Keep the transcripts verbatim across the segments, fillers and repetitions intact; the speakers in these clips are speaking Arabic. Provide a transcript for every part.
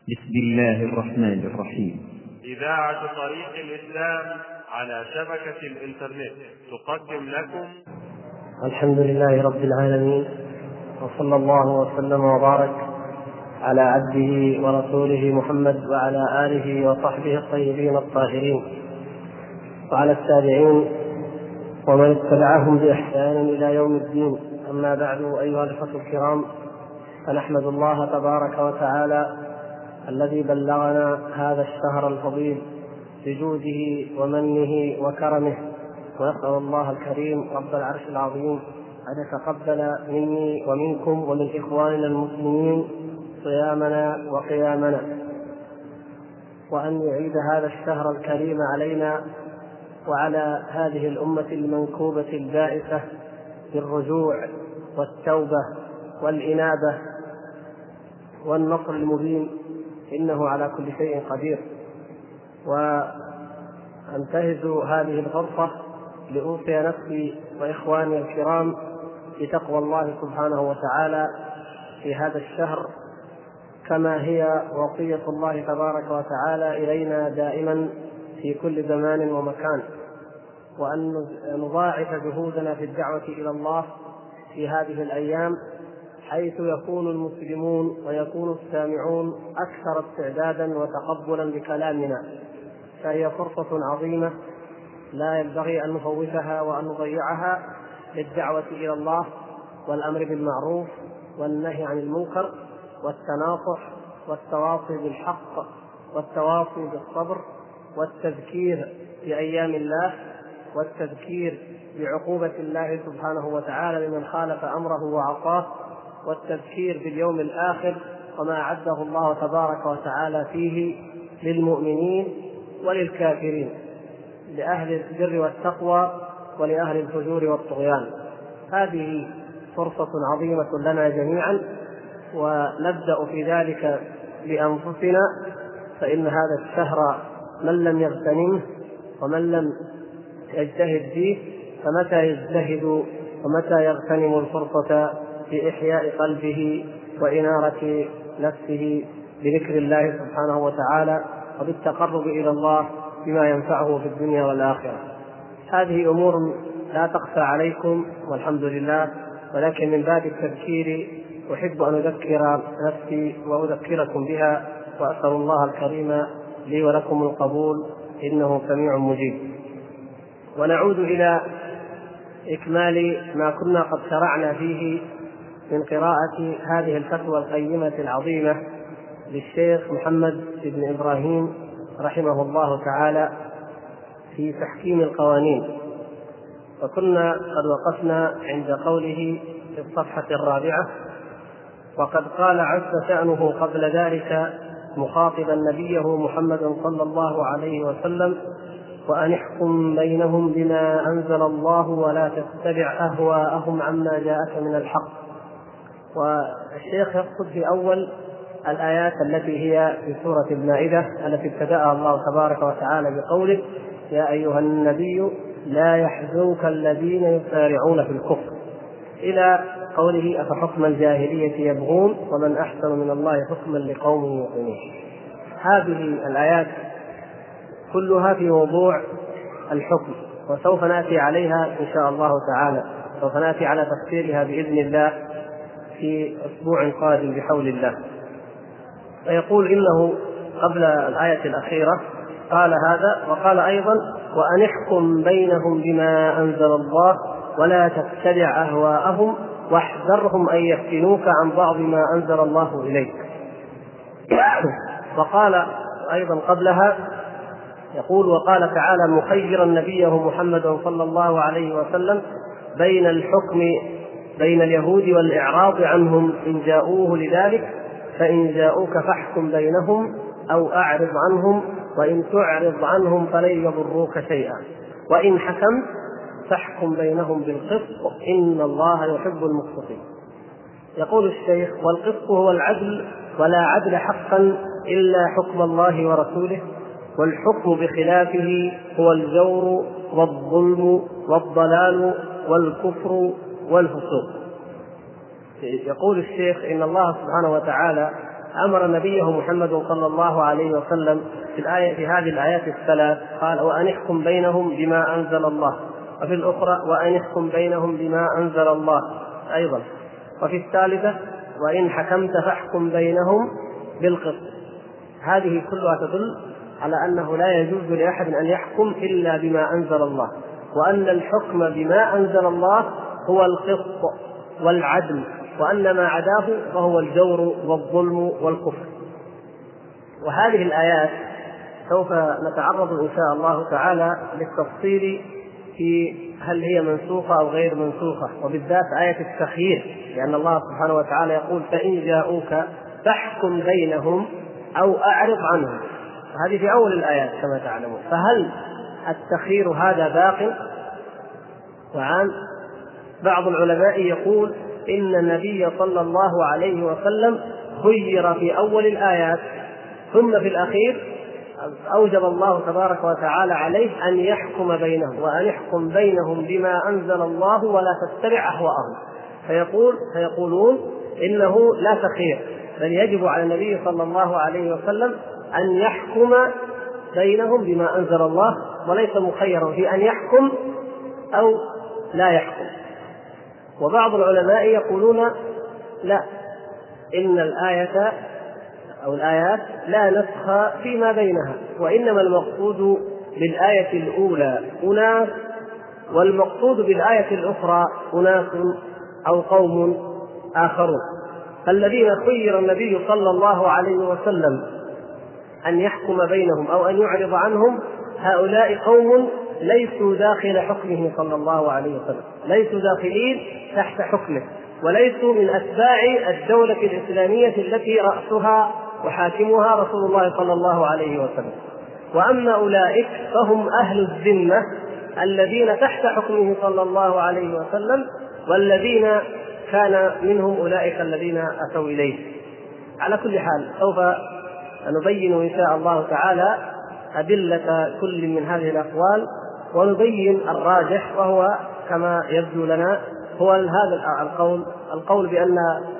بسم الله الرحمن الرحيم. إذاعة طريق الإسلام على شبكة الإنترنت تقدم لكم الحمد لله رب العالمين، وصلى الله وسلم وبارك على عبده ورسوله محمد وعلى آله وصحبه الطيبين الطاهرين وعلى التابعين ومن اتبعهم بإحسان إلى يوم الدين. أما بعد، أيها الإخوة الكرام، فنحمد الله تبارك وتعالى الذي بلغنا هذا الشهر الفضيل بجوده ومنه وكرمه، ونسأل الله الكريم رب العرش العظيم أن يتقبل مني ومنكم ومن إخواننا المسلمين صيامنا وقيامنا، وأن يعيد هذا الشهر الكريم علينا وعلى هذه الأمة المنكوبة البائسة بالرجوع والتوبة والإنابة والنصر المبين، إنه على كل شيء قدير. وأنتهز هذه الفرصة لأوصي نفسي وإخواني الكرام بتقوى الله سبحانه وتعالى في هذا الشهر، كما هي وصية الله تبارك وتعالى إلينا دائما في كل زمان ومكان، وأن نضاعف جهودنا في الدعوة إلى الله في هذه الأيام، حيث يكون المسلمون ويكون السامعون أكثر استعدادا وتقبلا لكلامنا، فهي فرصة عظيمة لا ينبغي أن نفوتها وأن نضيعها للدعوة إلى الله والأمر بالمعروف والنهي عن المنكر والتناصح والتواصي بالحق والتواصي بالصبر والتذكير بأيام الله والتذكير بعقوبة الله سبحانه وتعالى لمن خالف أمره وعصاه، والتذكير باليوم الآخر وما أعده الله تبارك وتعالى فيه للمؤمنين وللكافرين، لأهل البر والتقوى ولأهل الفجور والطغيان. هذه فرصة عظيمة لنا جميعا، ونبدأ في ذلك بأنفسنا، فإن هذا الشهر من لم يغتنمه ومن لم يجتهد فيه فمتى يجتهد ومتى يغتنم الفرصة في إحياء قلبه وإنارة نفسه بذكر الله سبحانه وتعالى وبالتقرب إلى الله بما ينفعه في الدنيا والآخرة. هذه أمور لا تخفى عليكم والحمد لله، ولكن من باب التذكير أحب أن أذكر نفسي وأذكركم بها، وأسأل الله الكريم لي ولكم القبول، إنه سميع مجيب. ونعود إلى إكمال ما كنا قد شرعنا فيه من قراءة هذه الفتوى القيمة العظيمة للشيخ محمد بن إبراهيم رحمه الله تعالى في تحكيم القوانين، وكنا قد وقفنا عند قوله في الصفحة الرابعة: وقد قال عز شأنه قبل ذلك مخاطبا نبيه محمد صلى الله عليه وسلم: وأن احكم بينهم بما أنزل الله ولا تتبع أهواءهم عما جاءك من الحق. والشيخ يقصد في أول الآيات التي هي في سورة المائدة التي ابتدأها الله تبارك وتعالى بقوله: يا أيها النبي لا يحزنك الذين يسارعون في الكفر، إلى قوله: أفحكم الجاهلية يبغون ومن أحسن من الله حكما لقوم يوقنون. هذه الآيات كلها في موضوع الحكم، وسوف نأتي عليها إن شاء الله تعالى، سوف نأتي على تفسيرها بإذن الله في أسبوع قادم بحول الله. فيقول إنه قبل الآية الأخيرة قال هذا، وقال أيضا: وأن احكم بينهم بما أنزل الله ولا تتبع أهواءهم واحذرهم أن يفتنوك عن بعض ما أنزل الله إليك. وقال أيضا قبلها يقول: وقال تعالى مخيرا نبيه محمد صلى الله عليه وسلم بين الحكم بين اليهود والإعراض عنهم إن جاءوه لذلك، فإن جاءوك فاحكم بينهم أو أعرض عنهم، وإن تعرض عنهم فلن يضروك شيئا، وإن حكمت فاحكم بينهم بالقسط إن الله يحب المقسطين. يقول الشيخ: والقسط هو العدل، ولا عدل حقا إلا حكم الله ورسوله، والحكم بخلافه هو الجور والظلم والضلال والكفر والفسوق. يقول الشيخ: إن الله سبحانه وتعالى أمر نبيه محمد صلى الله عليه وسلم في الآية في هذه الآيات الثلاث قال: وأن احكم بينهم بما أنزل الله، وفي الأخرى: وأن احكم بينهم بما أنزل الله أيضا، وفي الثالثة: وإن حكمت فاحكم بينهم بالقسط. هذه كلها تدل على أنه لا يجوز لأحد أن يحكم إلا بما أنزل الله، وأن الحكم بما أنزل الله هو القسط والعدل، وأن ما عداه فهو الجور والظلم والكفر. وهذه الآيات سوف نتعرض إن شاء الله تعالى للتفصيل في هل هي منسوخة أو غير منسوخة، وبالذات آية التخيير، لأن الله سبحانه وتعالى يقول: فإن جاءوك فاحكم بينهم أو أعرض عنهم. هذه في أول الآيات كما تعلمون. فهل التخيير هذا باق؟ وعن بعض العلماء يقول إن النبي صلى الله عليه وسلم خير في أول الآيات، ثم في الأخير أوجب الله تبارك وتعالى عليه أن يحكم بينهم، وأن يحكم بينهم بما أنزل الله ولا تتبع أهواءهم. فيقول فيقولون إنه لا تخير، بل يجب على النبي صلى الله عليه وسلم أن يحكم بينهم بما أنزل الله، وليس مخيرا في أن يحكم أو لا يحكم. وبعض العلماء يقولون لا، إن الآية أو الآيات لا نسخ فيما بينها، وإنما المقصود بالآية الأولى أناس، والمقصود بالآية الأخرى أناس أو قوم آخرون. فالذين خير النبي صلى الله عليه وسلم أن يحكم بينهم أو أن يعرض عنهم هؤلاء قوم ليسوا داخل حكمه صلى الله عليه وسلم، ليسوا داخلين تحت حكمه، وليسوا من أتباع الدولة الإسلامية التي رأسها وحاكمها رسول الله صلى الله عليه وسلم. وأما أولئك فهم أهل الذمة الذين تحت حكمه صلى الله عليه وسلم، والذين كان منهم أولئك الذين أتوا إليه. على كل حال سوف نبين إن شاء الله تعالى أدلة كل من هذه الأقوال، ونبين الراجح، وهو كما يبدو لنا هو هذا القول القول بأن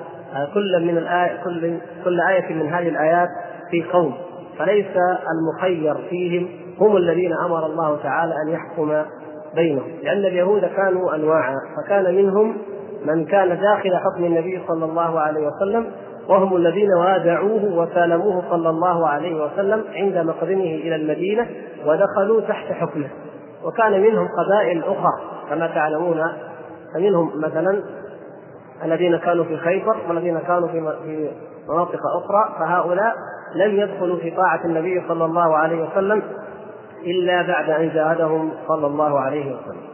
كل من الآية كل كل آية من هذه الآيات في قوم، فليس المخير فيهم هم الذين أمر الله تعالى أن يحكم بينهم، لأن اليهود كانوا أنواعا، فكان منهم من كان داخل حكم النبي صلى الله عليه وسلم، وهم الذين وادعوه وسالموه صلى الله عليه وسلم عند مقدمه إلى المدينة ودخلوا تحت حكمه. وكان منهم قبائل أخرى كما تعلمون، فمنهم مثلا الذين كانوا في خيبر والذين كانوا في مناطق أخرى، فهؤلاء لم يدخلوا في طاعة النبي صلى الله عليه وسلم إلا بعد أن جاهدهم صلى الله عليه وسلم.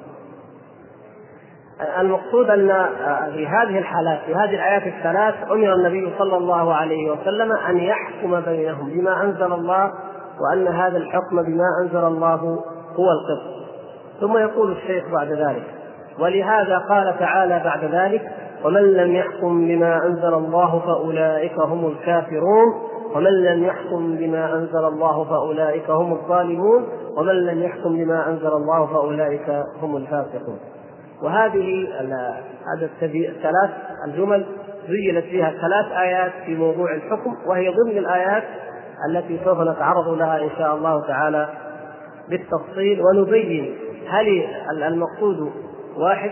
المقصود أن في هذه الحالات في هذه الآيات الثلاث أمر النبي صلى الله عليه وسلم أن يحكم بينهم بما أنزل الله، وأن هذا الحكم بما أنزل الله هو القسط. ثم يقول الشيخ بعد ذلك: ولهذا قال تعالى بعد ذلك: ومن لم يحكم بما أنزل الله فأولئك هم الكافرون، ومن لم يحكم بما أنزل الله فأولئك هم الظالمون، ومن لم يحكم بما أنزل الله فأولئك هم الفاسقون. وهذه هذا الثلاث الجمل زينت فيها ثلاث آيات في موضوع الحكم، وهي ضمن الآيات التي سوف نتعرض لها إن شاء الله تعالى بالتفصيل، ونبين هل المقصود واحد،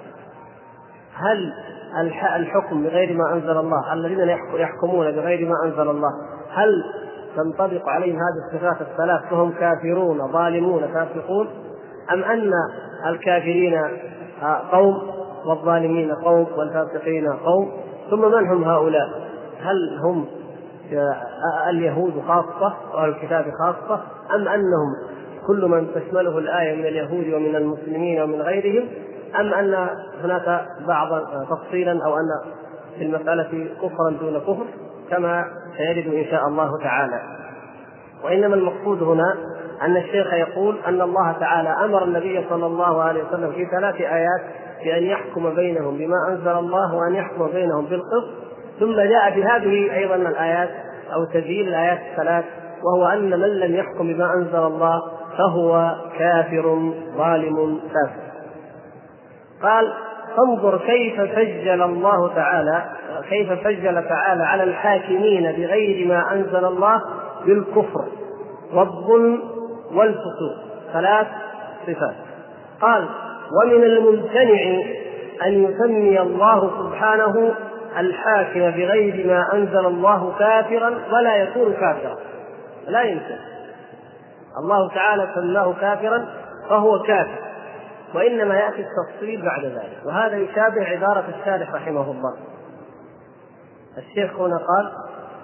هل الحكم بغير ما أنزل الله، الذين يحكمون بغير ما أنزل الله، هل تنطبق عليهم هذه الصفات الثلاث فهم كافرون ظالمون فاسقون، أم أن الكافرين قوم والظالمين قوم والفاسقين قوم؟ ثم من هم هؤلاء؟ هل هم اليهود خاصة وأهل الكتاب خاصة، أم أنهم كل من تشمله الآية من اليهود ومن المسلمين ومن غيرهم، أم أن هناك بعض تفصيلا، أو أن في المسألة كفرا دون كفر كما سيرد إن شاء الله تعالى. وإنما المقصود هنا أن الشيخ يقول أن الله تعالى أمر النبي صلى الله عليه وسلم في ثلاث آيات بأن يحكم بينهم بما أنزل الله وأن يحكم بينهم بالقسط، ثم جاء بهذه أيضا الآيات أو تسجيل الآيات الثلاث، وهو أن من لم يحكم بما أنزل الله فهو كافر ظالم فاسق. قال: فانظر كيف سجل الله تعالى كيف سجل تعالى على الحاكمين بغير ما أنزل الله بالكفر والظلم والفسوق، ثلاث صفات. قال: ومن الممتنع أن يسمي الله سبحانه الحاكم بغير ما أنزل الله كافرا ولا يكون كافرا، لا يمكن. الله تعالى سماه كافرا فهو كافر، وإنما يأتي التفصيل بعد ذلك. وهذا يشابه عبارة الشارح رحمه الله. الشيخ هنا قال: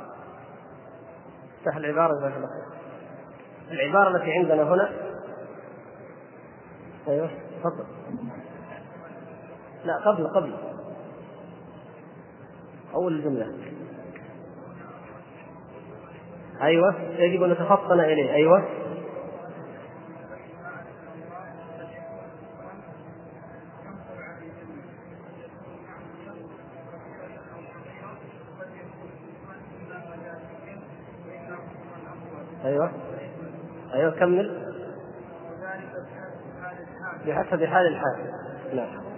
افتح العبارة العبارة التي عندنا هنا. أيوه تفضل. لا قبل قبل أول الجملة. أيوة يجب أن نتفطن إليه. أيوة أيوة أيوة كمل. بحسب حال الحال. نعم.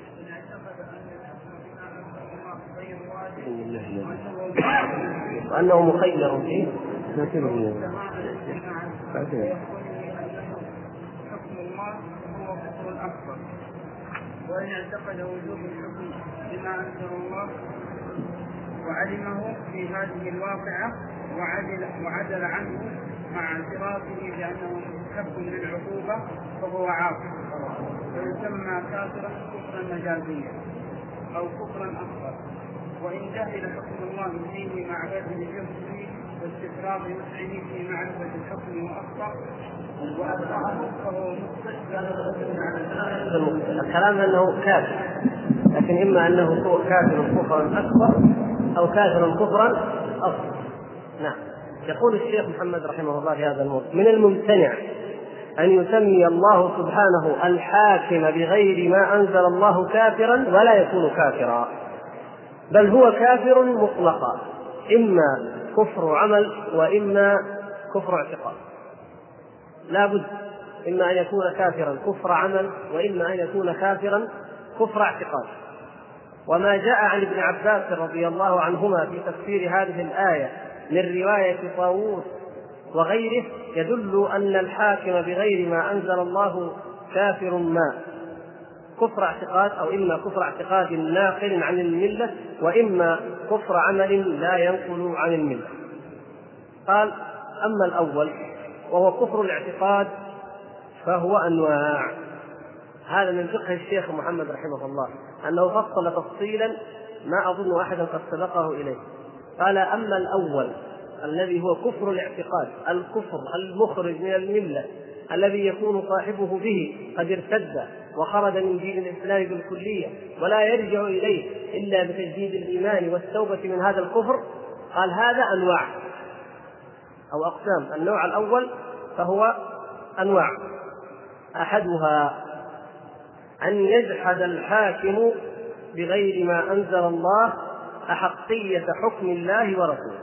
وأنه مخير فيه حكم الله هو كفر أكبر، وإن اعتقد وجوب الحكم بما أنزل الله وعلمه في هذه الواقعة وعدل, وعدل عنه مع اعترافه بأنه مستحق للعقوبة فهو عاصي، ويسمى كافرا كفرا مجازيا أو كفرا أكبر. وإن جهل حكم الله فيه مع بذل جهده واستفراغ وسعه في معرفة الحكم وأخطأ وأخطأه فهو مخطئ. الكلام أنه كافر، لكن إما أنه كافر كفرا أكبر أو كافر كفرا أصغر. نعم. يقول الشيخ محمد رحمه الله في هذا الموضوع: من الممتنع أن يسمي الله سبحانه الحاكم بغير ما أنزل الله كافرا ولا يكون كافرا، بل هو كافر مطلقا، إما كفر عمل وإما كفر اعتقاد. لا بد إما أن يكون كافرا كفر عمل وإما أن يكون كافرا كفر اعتقاد. وما جاء عن ابن عباس رضي الله عنهما في تفسير هذه الآية من رواية طاووس وغيره يدل أن الحاكم بغير ما أنزل الله كافر ما كفر اعتقاد، أو إما كفر اعتقاد ناقل عن الملة وإما كفر عمل لا ينقل عن الملة. قال: أما الأول وهو كفر الاعتقاد فهو أنواع. هذا من فقه الشيخ محمد رحمه الله، أنه فصل تفصيلا ما أظن أحدا قد سبقه إليه. قال: أما الأول الذي هو كفر الاعتقاد، الكفر المخرج من الملة الذي يكون صاحبه به قد ارتد وخرج من دين الإسلام بالكلية ولا يرجع إليه إلا بتجديد الإيمان والتوبة من هذا الكفر. قال: هذا أنواع أو أقسام. النوع الأول فهو أنواع، أحدها أن يجحد الحاكم بغير ما أنزل الله أحقية حكم الله ورسوله.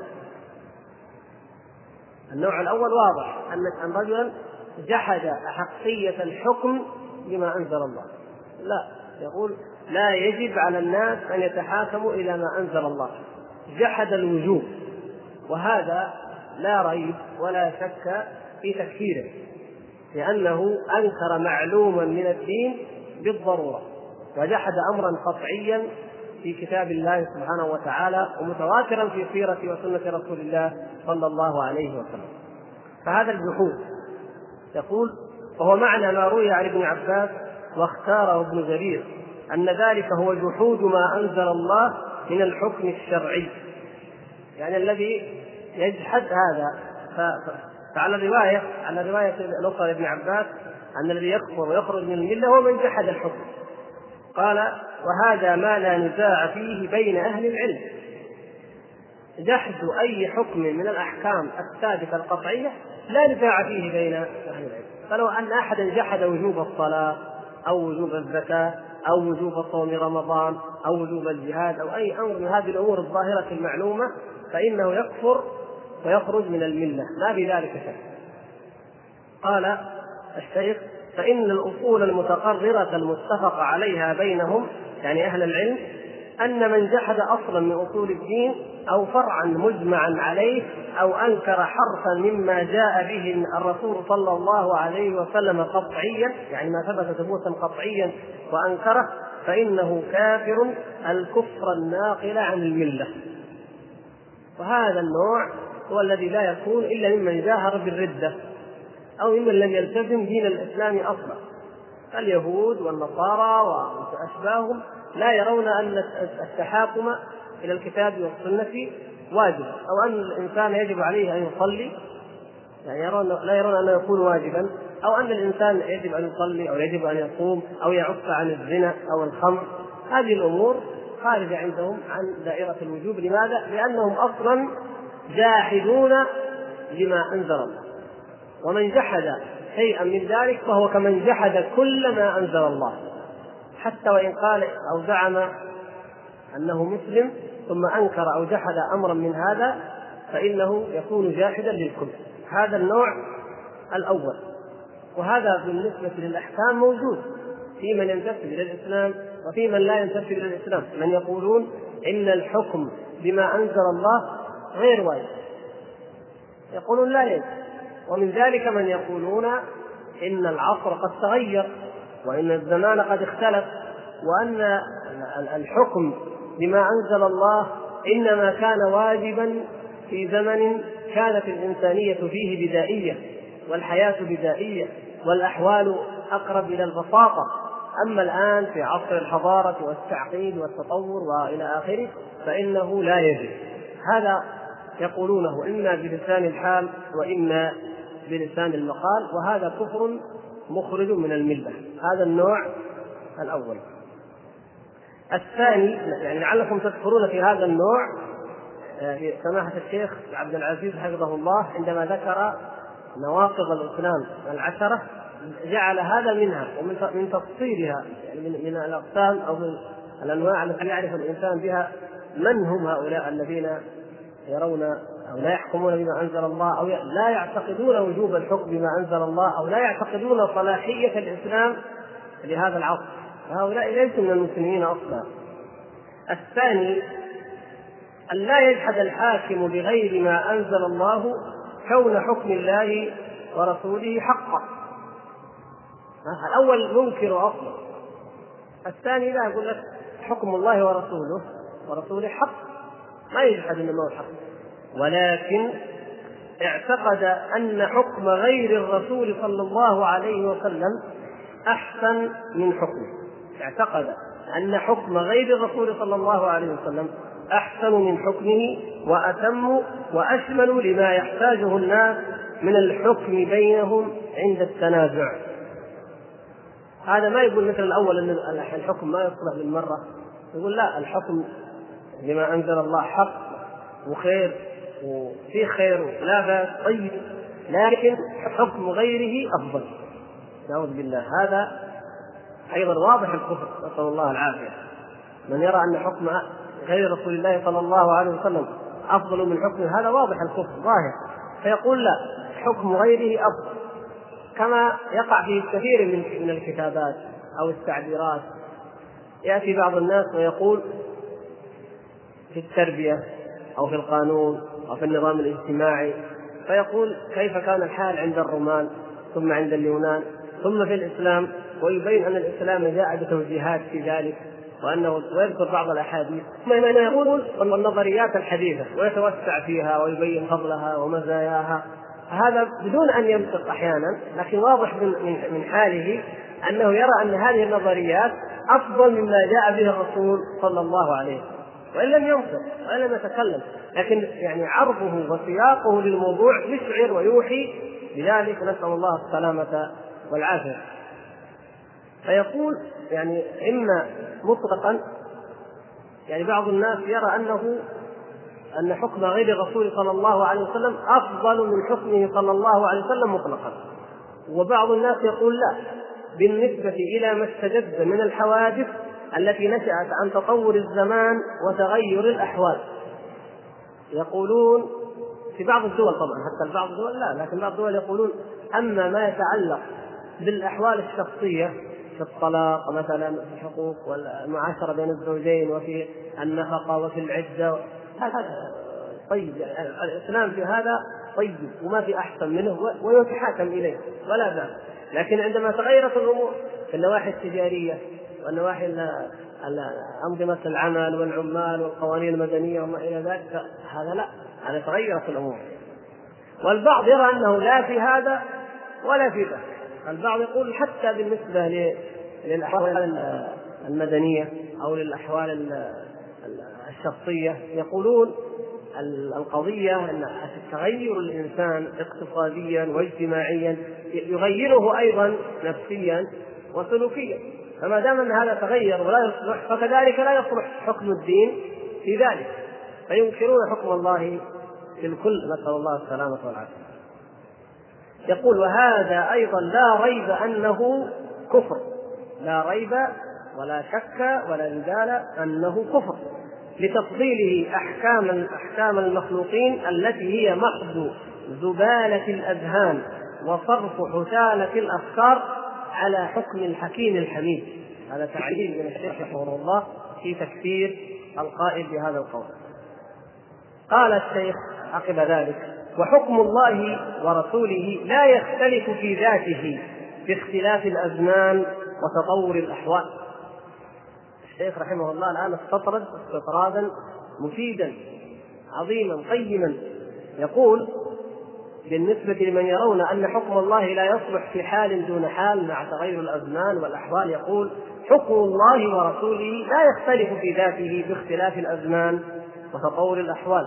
النوع الأول واضح، أن رجلا جحد أحقية الحكم بما أنزل الله. لا، يقول لا يجب على الناس أن يتحاكموا إلى ما أنزل الله، جحد الوجوب، وهذا لا ريب ولا شك في تكفيره، لأنه أنكر معلوما من الدين بالضرورة وجحد أمرا قطعيا في كتاب الله سبحانه وتعالى ومتواترا في سيرة وسنة رسول الله صلى الله عليه وسلم. فهذا الجحود. يقول: وهو معنى ما روي عن ابن عباس واختاره ابن جرير أن ذلك هو جحود ما أنزل الله من الحكم الشرعي، يعني الذي يجحد هذا. فعلى الرواية على رواية الأخرى لابن عباس أن الذي يكفر ويخرج من الملة هو من جحد الحكم. قال: وهذا ما لا نزاع فيه بين أهل العلم. جحد أي حكم من الأحكام الثابتة القطعية لا نزاع فيه بين أهل العلم. فلو أن أحدا جحد وجوب الصلاة أو وجوب الزكاة أو وجوب صوم رمضان أو وجوب الجهاد أو أي أمر من هذه الأمور الظاهرة المعلومة فإنه يكفر ويخرج من الملة، لا بذلك شك. قال الشيخ: فإن الأصول المتقررة المتفق عليها بينهم يعني أهل العلم أن من جحد أصلا من أصول الدين أو فرعا مجمعا عليه أو أنكر حرفا مما جاء به الرسول صلى الله عليه وسلم قطعيا، يعني ما ثبت ثبوتا قطعيا وأنكره، فإنه كافر الكفر الناقل عن الملة. وهذا النوع هو الذي لا يكون إلا ممن جاهر بالردة أو ممن لم يلتزم دين الإسلام أصلا. اليهود والنصارى وأشباههم لا يرون أن التحاكم إلى الكتاب والسنة واجب، أو أن الإنسان يجب عليه أن يصلي، يعني يرون لا يرون أنه يكون واجبا، أو أن الإنسان يجب أن يصلي أو يجب أن يصوم أو يعف عن الزنا أو الخمر. هذه الأمور خارجة عندهم عن دائرة الوجوب. لماذا؟ لأنهم أصلا جاحدون لما أنزل الله، ومن جحد شيئا من ذلك فهو كمن جحد كل ما أنزل الله، حتى وإن قال أو زعم أنه مسلم ثم أنكر أو جحد أمرا من هذا فإنه يكون جاحدا للكل. هذا النوع الأول. وهذا بالنسبة للأحكام موجود في من ينتسب إلى الإسلام وفي من لا ينتسب إلى الإسلام، من يقولون إن الحكم بما أنزل الله غير واجب، يقولون لا يجب. ومن ذلك من يقولون إن العصر قد تغير وإن الزمان قد اختلف، وأن الحكم بما أنزل الله إنما كان واجبا في زمن كانت الإنسانية فيه بدائية والحياة بدائية والأحوال أقرب إلى البساطة، أما الآن في عصر الحضارة والتعقيد والتطور وإلى آخره فإنه لا يجب. هذا يقولونه إما بلسان الحال وإما بلسان المقال، وهذا كفر مخرج من الملة. هذا النوع الأول. الثاني، يعني لعلكم تذكرون في هذا النوع في سماحة الشيخ عبد العزيز حفظه الله عندما ذكر نواقض الإسلام العشرة جعل هذا منها ومن تفصيلها، يعني من الأقسام أو من الأنواع التي يعرف الإنسان بها من هم هؤلاء الذين يرون أو لا يحكمون بما أنزل الله أو لا يعتقدون وجوب الحكم بما أنزل الله أو لا يعتقدون صلاحية الإسلام لهذا العصر، هؤلاء ليسوا من المسلمين أصلا. الثاني أن لا يجحد الحاكم بغير ما أنزل الله كون حكم الله ورسوله حقا. الأول منكر أصلا، الثاني لا، يقول لك حكم الله ورسوله ورسوله حق، ما يجحد أنه حق، ولكن اعتقد أن حكم غير الرسول صلى الله عليه وسلم أحسن من حكمه. اعتقد أن حكم غير الرسول صلى الله عليه وسلم أحسن من حكمه وأتم وأشمل لما يحتاجه الناس من الحكم بينهم عند التنازع. هذا ما يقول مثل الأول أن الحكم ما يصلح بالمرة، يقول لا، الحكم لما أنزل الله حق وخير وفيه خير ولا بأس طيب، لكن حكم غيره أفضل. نعوذ بالله. هذا أيضا واضح الكفر، نسأل الله العافية. من يرى أن حكم غير رسول الله صلى الله عليه وسلم أفضل من حكمه هذا واضح الكفر ظاهر، فيقول لا، حكم غيره أفضل، كما يقع في كثير من من الكتابات أو التعبيرات. يأتي بعض الناس ويقول في التربية أو في القانون أو في النظام الاجتماعي، فيقول كيف كان الحال عند الرومان ثم عند اليونان ثم في الإسلام، ويبين أن الإسلام جاء بتوجيهات في ذلك، وأنه ويذكر بعض الأحاديث ثم يقول النظريات الحديثة ويتوسع فيها ويبين فضلها ومزاياها. هذا بدون أن ينطق أحيانا، لكن واضح من حاله أنه يرى أن هذه النظريات أفضل مما جاء به الرسول صلى الله عليه وسلم، وإن لم ينطق وإن لم يتكلم، لكن يعني عرضه وسياقه للموضوع يشعر ويوحي بذلك، نسأل الله السلامة والعافية. فيقول يعني إما مطلقا، يعني بعض الناس يرى أنه أن حكم غير الرسول صلى الله عليه وسلم أفضل من حكمه صلى الله عليه وسلم مطلقا، وبعض الناس يقول لا، بالنسبة إلى ما استجد من الحوادث التي نشأت عن تطور الزمان وتغير الأحوال. يقولون في بعض الدول، طبعا حتى بعض الدول لا، لكن بعض الدول يقولون أما ما يتعلق بالأحوال الشخصية في الطلاق مثلا، في الحقوق والمعاشرة بين الزوجين، وفي النفقة، وفي العدة. هذا طيب، يعني الإسلام في هذا طيب وما في أحسن منه ويتحاكم إليه ولا بأس. لكن عندما تغيرت الأمور في النواحي التجارية والنواحي أنظمة العمل والعمال والقوانين المدنية وما إلى ذلك، هذا لا، هذا تغيرت الأمور. والبعض يرى أنه لا في هذا ولا في ذاك. البعض يقول حتى بالنسبة للأحوال المدنية أو للأحوال الشخصية، يقولون القضية أن تغير الإنسان اقتصاديا واجتماعيا يغيره أيضا نفسيا وسلوكيا، فما دام أن هذا تغير ولا يصلح فكذلك لا يصلح حكم الدين في ذلك، فينكرون حكم الله في الكل، نسأل الله السلامة والعافية. يقول وهذا أيضا لا ريب أنه كفر، لا ريب ولا شك ولا جدال أنه كفر، لتفضيله أحكام أحكام المخلوقين التي هي محض زبالة الأذهان وصرف حثالة الأفكار على حكم الحكيم الحميد. هذا تعليل من الشيخ رحمه الله في تكفير القائل بهذا القول. قال الشيخ عقب ذلك وحكم الله ورسوله لا يختلف في ذاته باختلاف الأزمان وتطور الأحوال. الشيخ رحمه الله الآن استطرد استطرادا مفيدا عظيما قيما، يقول بالنسبة لمن يرون أن حكم الله لا يصلح في حال دون حال مع تغير الأزمان والأحوال، يقول حكم الله ورسوله لا يختلف في ذاته باختلاف الأزمان وتطور الأحوال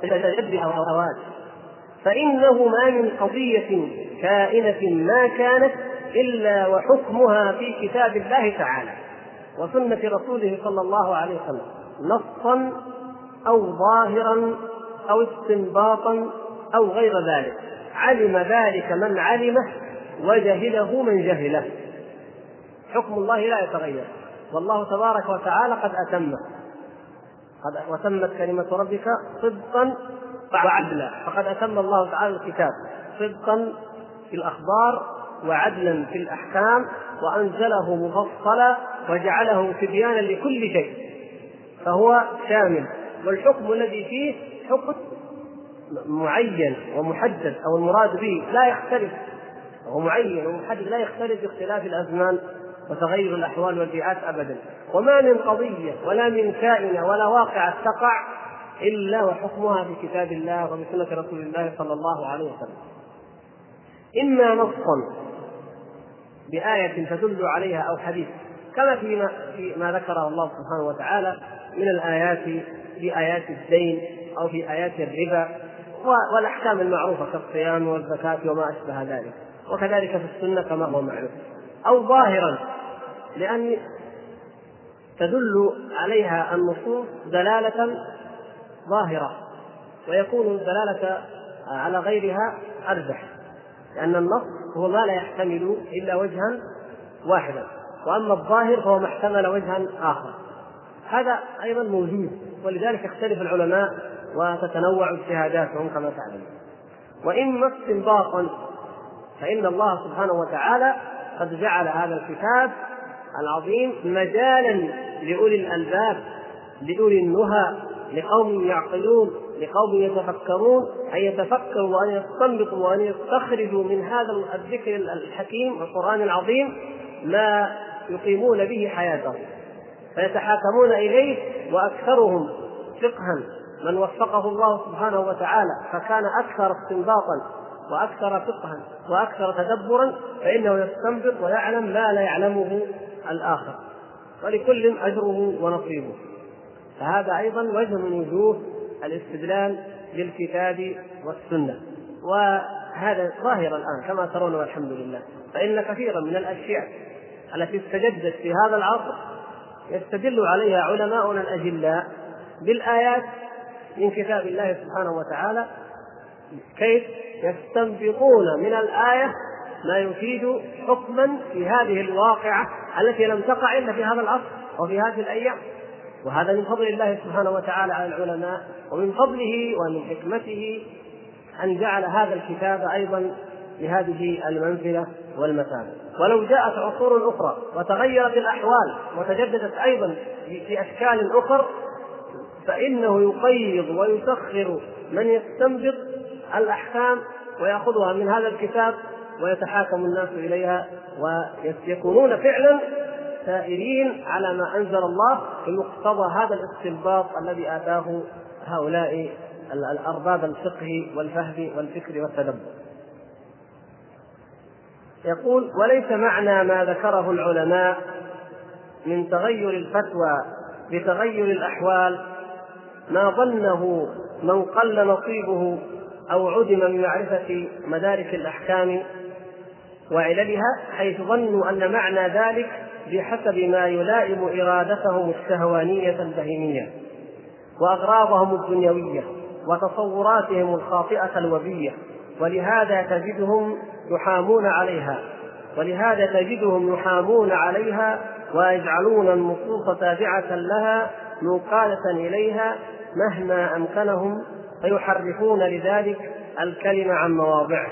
فإنه ما من قضية كائنة ما كانت إلا وحكمها في كتاب الله تعالى وسنة رسوله صلى الله عليه وسلم نصا أو ظاهرا أو استنباطا أو غير ذلك، علم ذلك من علمه وجهله من جهله. حكم الله لا يتغير، والله تبارك وتعالى قد أتمه، قد وتمت كلمة ربك صدقا وعدلا، فقد أتم الله تعالى الكتاب صدقا في الأخبار وعدلا في الأحكام، وأنزله مفصلا وجعله تبيانا لكل شيء، فهو شامل. والحكم الذي فيه حكم معين ومحدد أو المراد به لا يختلف، هو معين ومحدد لا يختلف باختلاف الأزمان وتغير الأحوال والبيئات أبدا. وما من قضية ولا من كائنة ولا واقعة تقع إلا وحكمها في كتاب الله وبسنة رسول الله صلى الله عليه وسلم، إما نصا بآية تدل عليها أو حديث، كما فيما في ما ذكره الله سبحانه وتعالى من الآيات في آيات الدين أو في آيات الربا والأحكام المعروفة كالصيام والزكاة وما أشبه ذلك، وكذلك في السنة كما هو معروف، أو ظاهرا لأن تدل عليها النصوص دلالة ظاهرة، ويكون الدلالة على غيرها أرجح، لأن النص هو ما لا يحتمل إلا وجها واحدا، وأما الظاهر فهو ما احتمل وجها آخر. هذا أيضا موجود، ولذلك يختلف العلماء وتتنوع اجتهاداتهم كما تعلم. وإما استنباطا فإن الله سبحانه وتعالى قد جعل هذا الكتاب العظيم مجالا لأولي الألباب، لأولي النهى، لقوم يعقلون، لقوم يتفكرون، أن يتفكروا وأن يستنبطوا وأن يستخرجوا من هذا الذكر الحكيم القرآن العظيم ما يقيمون به حياتهم، فيتحاكمون إليه. وأكثرهم فقها من وفقه الله سبحانه وتعالى فكان أكثر استنباطا وأكثر فقها وأكثر تدبرا، فإنه يستنبط ويعلم ما لا يعلمه الآخر، ولكل أجره ونصيبه. فهذا أيضا وجه من وجوه الاستدلال بالكتاب والسنة، وهذا ظاهر الآن كما ترون والحمد لله. فإن كثيرا من الأشياء التي استجدت في هذا العصر يستدل عليها علماؤنا الأجلاء بالآيات من كتاب الله سبحانه وتعالى، كيف يستنبطون من الآية ما يفيد حكما في هذه الواقعة التي لم تقع إلا في هذا العصر وفي هذه الأيام. وهذا من فضل الله سبحانه وتعالى على العلماء، ومن فضله ومن حكمته أن جعل هذا الكتاب أيضا لهذه المنزلة والمكانة. ولو جاءت عصور أخرى وتغيرت الأحوال وتجددت أيضا في أشكال أخرى، فإنه يقيض ويسخر من يستنبط الأحكام ويأخذها من هذا الكتاب ويتحاكم الناس إليها ويكونون فعلا سائرين على ما أنزل الله بمقتضى هذا الاستنباط الذي آتاه هؤلاء الأرباب الفقه والفهم والفكر والتدبر. يقول: وليس معنى ما ذكره العلماء من تغير الفتوى بتغير الأحوال ما ظنه من قل نصيبه أو عدم من معرفة مدارك الأحكام وعللها، حيث ظنوا أن معنى ذلك بحسب ما يلائم إرادتهم الشهوانية البهيمية وأغراضهم الدنيوية وتصوراتهم الخاطئة الوبية، ولهذا تجدهم يحامون عليها ولهذا تجدهم يحامون عليها ويجعلون النصوص تابعة لها منقادة إليها مهما أمكنهم، فيحرفون لذلك الكلمة عن مواضعه.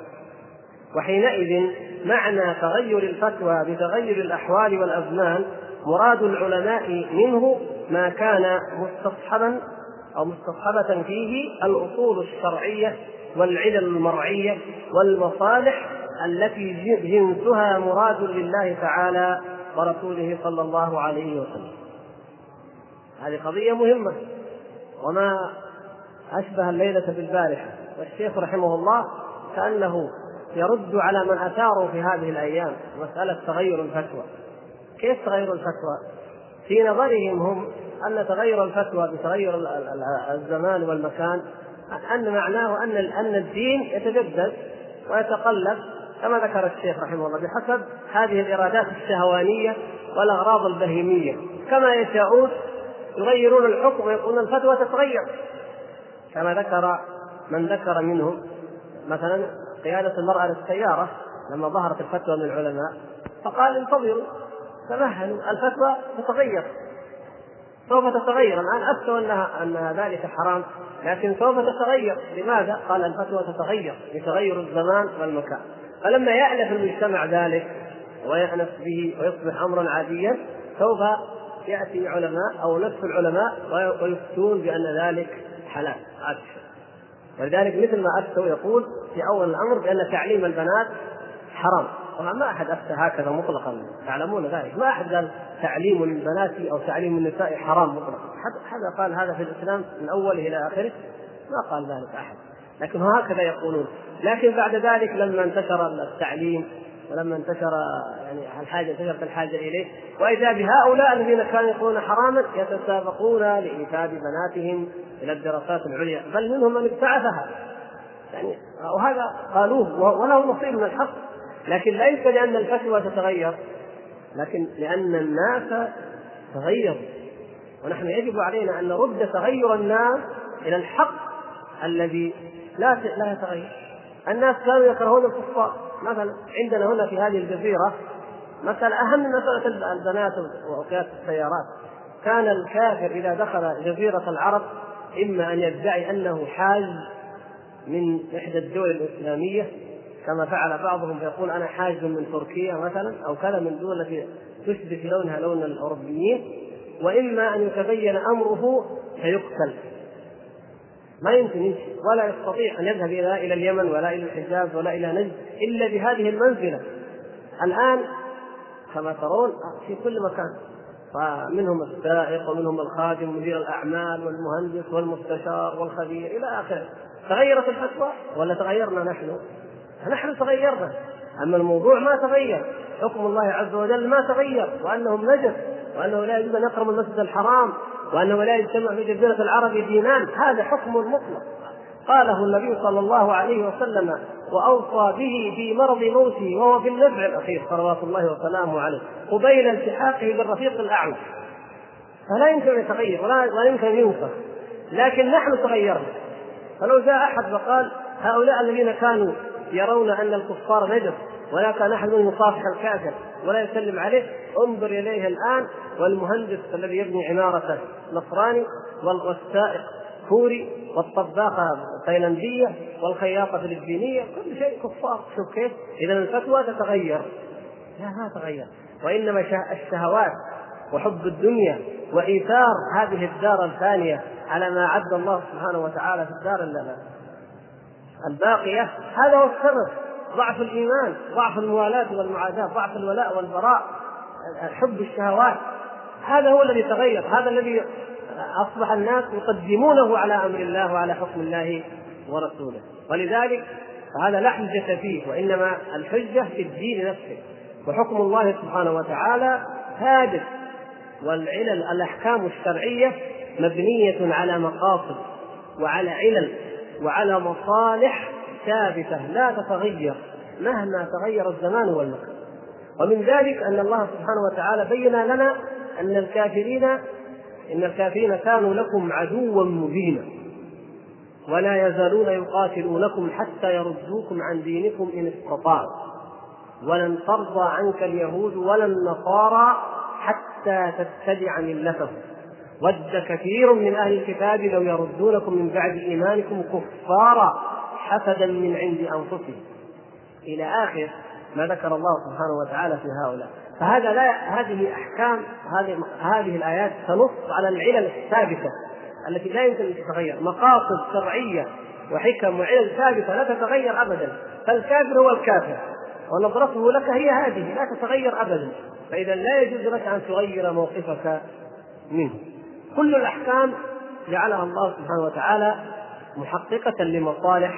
وحينئذ معنى تغير الفتوى بتغير الأحوال والأزمان مراد العلماء منه ما كان مستصحبا أو مستصحبة فيه الأصول الشرعية والعلل المرعية والمصالح التي جنسها مراد لله تعالى ورسوله صلى الله عليه وسلم. هذه قضية مهمة، وما أشبه الليلة بالبارحة، والشيخ رحمه الله كأنه يرد على من أثاروا في هذه الأيام مسألة تغير الفتوى. كيف تغير الفتوى؟ في نظرهم هم أن تغير الفتوى بتغير الزمان والمكان أن معناه أن أن الدين يتجدد ويتقلب كما ذكر الشيخ رحمه الله بحسب هذه الإرادات الشهوانية والأغراض البهيمية، كما يشاءون يغيرون الحكم ويقولون الفتوى تتغير، كما ذكر من ذكر منهم مثلا قيادة المرأة للسيارة لما ظهرت الفتوى من العلماء فقال: انتظروا تمهلوا الفتوى تتغير، سوف تتغير. الآن أفتوا أنها أن ذلك حرام، لكن سوف تتغير. لماذا؟ قال: الفتوى تتغير بتغير الزمان والمكان. فلما يألف المجتمع ذلك ويأنس به ويصبح أمرا عاديا سوف يأتي علماء أو نفس العلماء ويفتون بأن ذلك حلال عادي. ولذلك مثل ما أفتوا يقول في أول الأمر بأن تعليم البنات حرام. طبعا ما أحد أفتى هكذا مطلقا، تعلمون ذلك، ما أحد قال تعليم البنات أو تعليم النساء حرام مطلقا، حد قال هذا في الإسلام من أوله إلى آخره، ما قال ذلك أحد، لكن هكذا يقولون. لكن بعد ذلك لما انتشر التعليم ولما انتشر يعني الحاجة انتشرت الحاجة إليه، وإذا بهؤلاء الذين كانوا يقولون حراما يتسابقون لإيفاد بناتهم إلى الدراسات العليا، بل منهم من ابتعثها يعني، وهذا قالوه وله نصيب من الحق. لكن ليس لأن الفتوى تتغير، لكن لأن الناس تغيروا، ونحن يجب علينا أن نرد تغير الناس إلى الحق الذي لا لا يتغير. الناس كانوا يكرهون الكفار مثلا، عندنا هنا في هذه الجزيرة مثلا أهم من مسألة البنات وقيادة السيارات، كان الكافر إذا دخل جزيرة العرب إما أن يدعي أنه حاج من إحدى الدول الإسلامية كما فعل بعضهم، فيقول أنا حاج من تركيا مثلا أو كذا من دول التي تشبه لونها لون الأوروبيين، وإما أن يتبين أمره فيقتل، ما يمكن يمشي ولا يستطيع أن يذهب إلى اليمن ولا إلى الحجاز ولا إلى نجد إلا بهذه المنزلة. الآن كما ترون في كل مكان، فمنهم السائق ومنهم الخادم ومدير الأعمال والمهندس والمستشار والخبير إلى آخره. تغيرت الفتوى ولا تغيرنا نحن؟ نحن تغيرنا، أما الموضوع ما تغير. حكم الله عز وجل ما تغير، وأنهم نجس، وأنه لا يجوز أن يقرب المسجد الحرام، وأنه لا يجتمع في جزيرة العرب دينان، هذا حكم مطلق قاله النبي صلى الله عليه وسلم وأوصى به في مرض موته وهو في النزع الأخير صلوات الله وسلامه عليه قبيل التحاقه بالرفيق الأعلى، فلا يمكن أن يتغير ولا يمكن أن ينسخ. لكن نحن تغيرنا، فلو جاء أحد وقال هؤلاء الذين كانوا يرون أن الكفار نجس ولا كان أحد منهم يصافح الكافر ولا يسلم عليه، انظر إليه الآن، والمهندس الذي يبني عمارته نصراني، والسائق كوري، والطباخة تايلاندية، والخياطة فلبينية، كل شيء كفار. شوف كيف إذا الفتوى تتغير، لا ما تغير، وإنما الشهوات وحب الدنيا وإيثار هذه الدار الثانية على ما أعد الله سبحانه وتعالى في الدار الباقية، هذا هو السبب. ضعف الإيمان، ضعف الموالاة والمعاداة، ضعف الولاء والبراء، حب الشهوات، هذا هو الذي تغير، هذا الذي أصبح الناس يقدمونه على أمر الله وعلى حكم الله ورسوله. ولذلك هذا لا حجة فيه، وإنما الحجة في الدين نفسه، وحكم الله سبحانه وتعالى ثابت، والعلل الأحكام الشرعية مبنية على مقاصد وعلى علل وعلى مصالح ثابتة لا تتغير مهما تغير الزمان والمكان. ومن ذلك أن الله سبحانه وتعالى بين لنا أن الكافرين إن الكافرين كانوا لكم عدوا مبينا ولا يزالون يقاتلونكم حتى يردوكم عن دينكم إن استطاعوا ولن ترضى عنك اليهود ولا النصارى حتى تتبع ملتهم ود كثير من أهل الكتاب لو يردونكم من بعد إيمانكم كفارا حسدا من عند أنفسهم، إلى آخر ما ذكر الله سبحانه وتعالى في هؤلاء. فهذا لا هذه أحكام هذه هذه الآيات تنص على العلل الثابتة التي لا يمكن أن تتغير، مقاصد شرعية وحكم وعلل ثابتة لا تتغير أبدا. فالكافر هو الكافر ونظرته لك هي هذه لا تتغير أبدا، فإذا لا يجوز لك أن تغير موقفك منه. كل الأحكام جعلها الله سبحانه وتعالى محققة لمصالح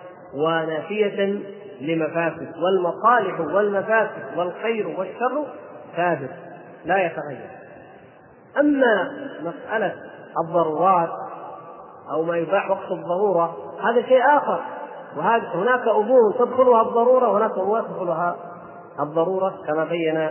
ونافية لمفاسد، والمصالح والمفاسد والخير والشر ثابت لا يتغير. أما مسألة الضرورات أو ما يباح وقت الضرورة هذا شيء آخر، وهناك أمور تدخلها الضرورة وهناك أمور تدخلها الضرورة كما بين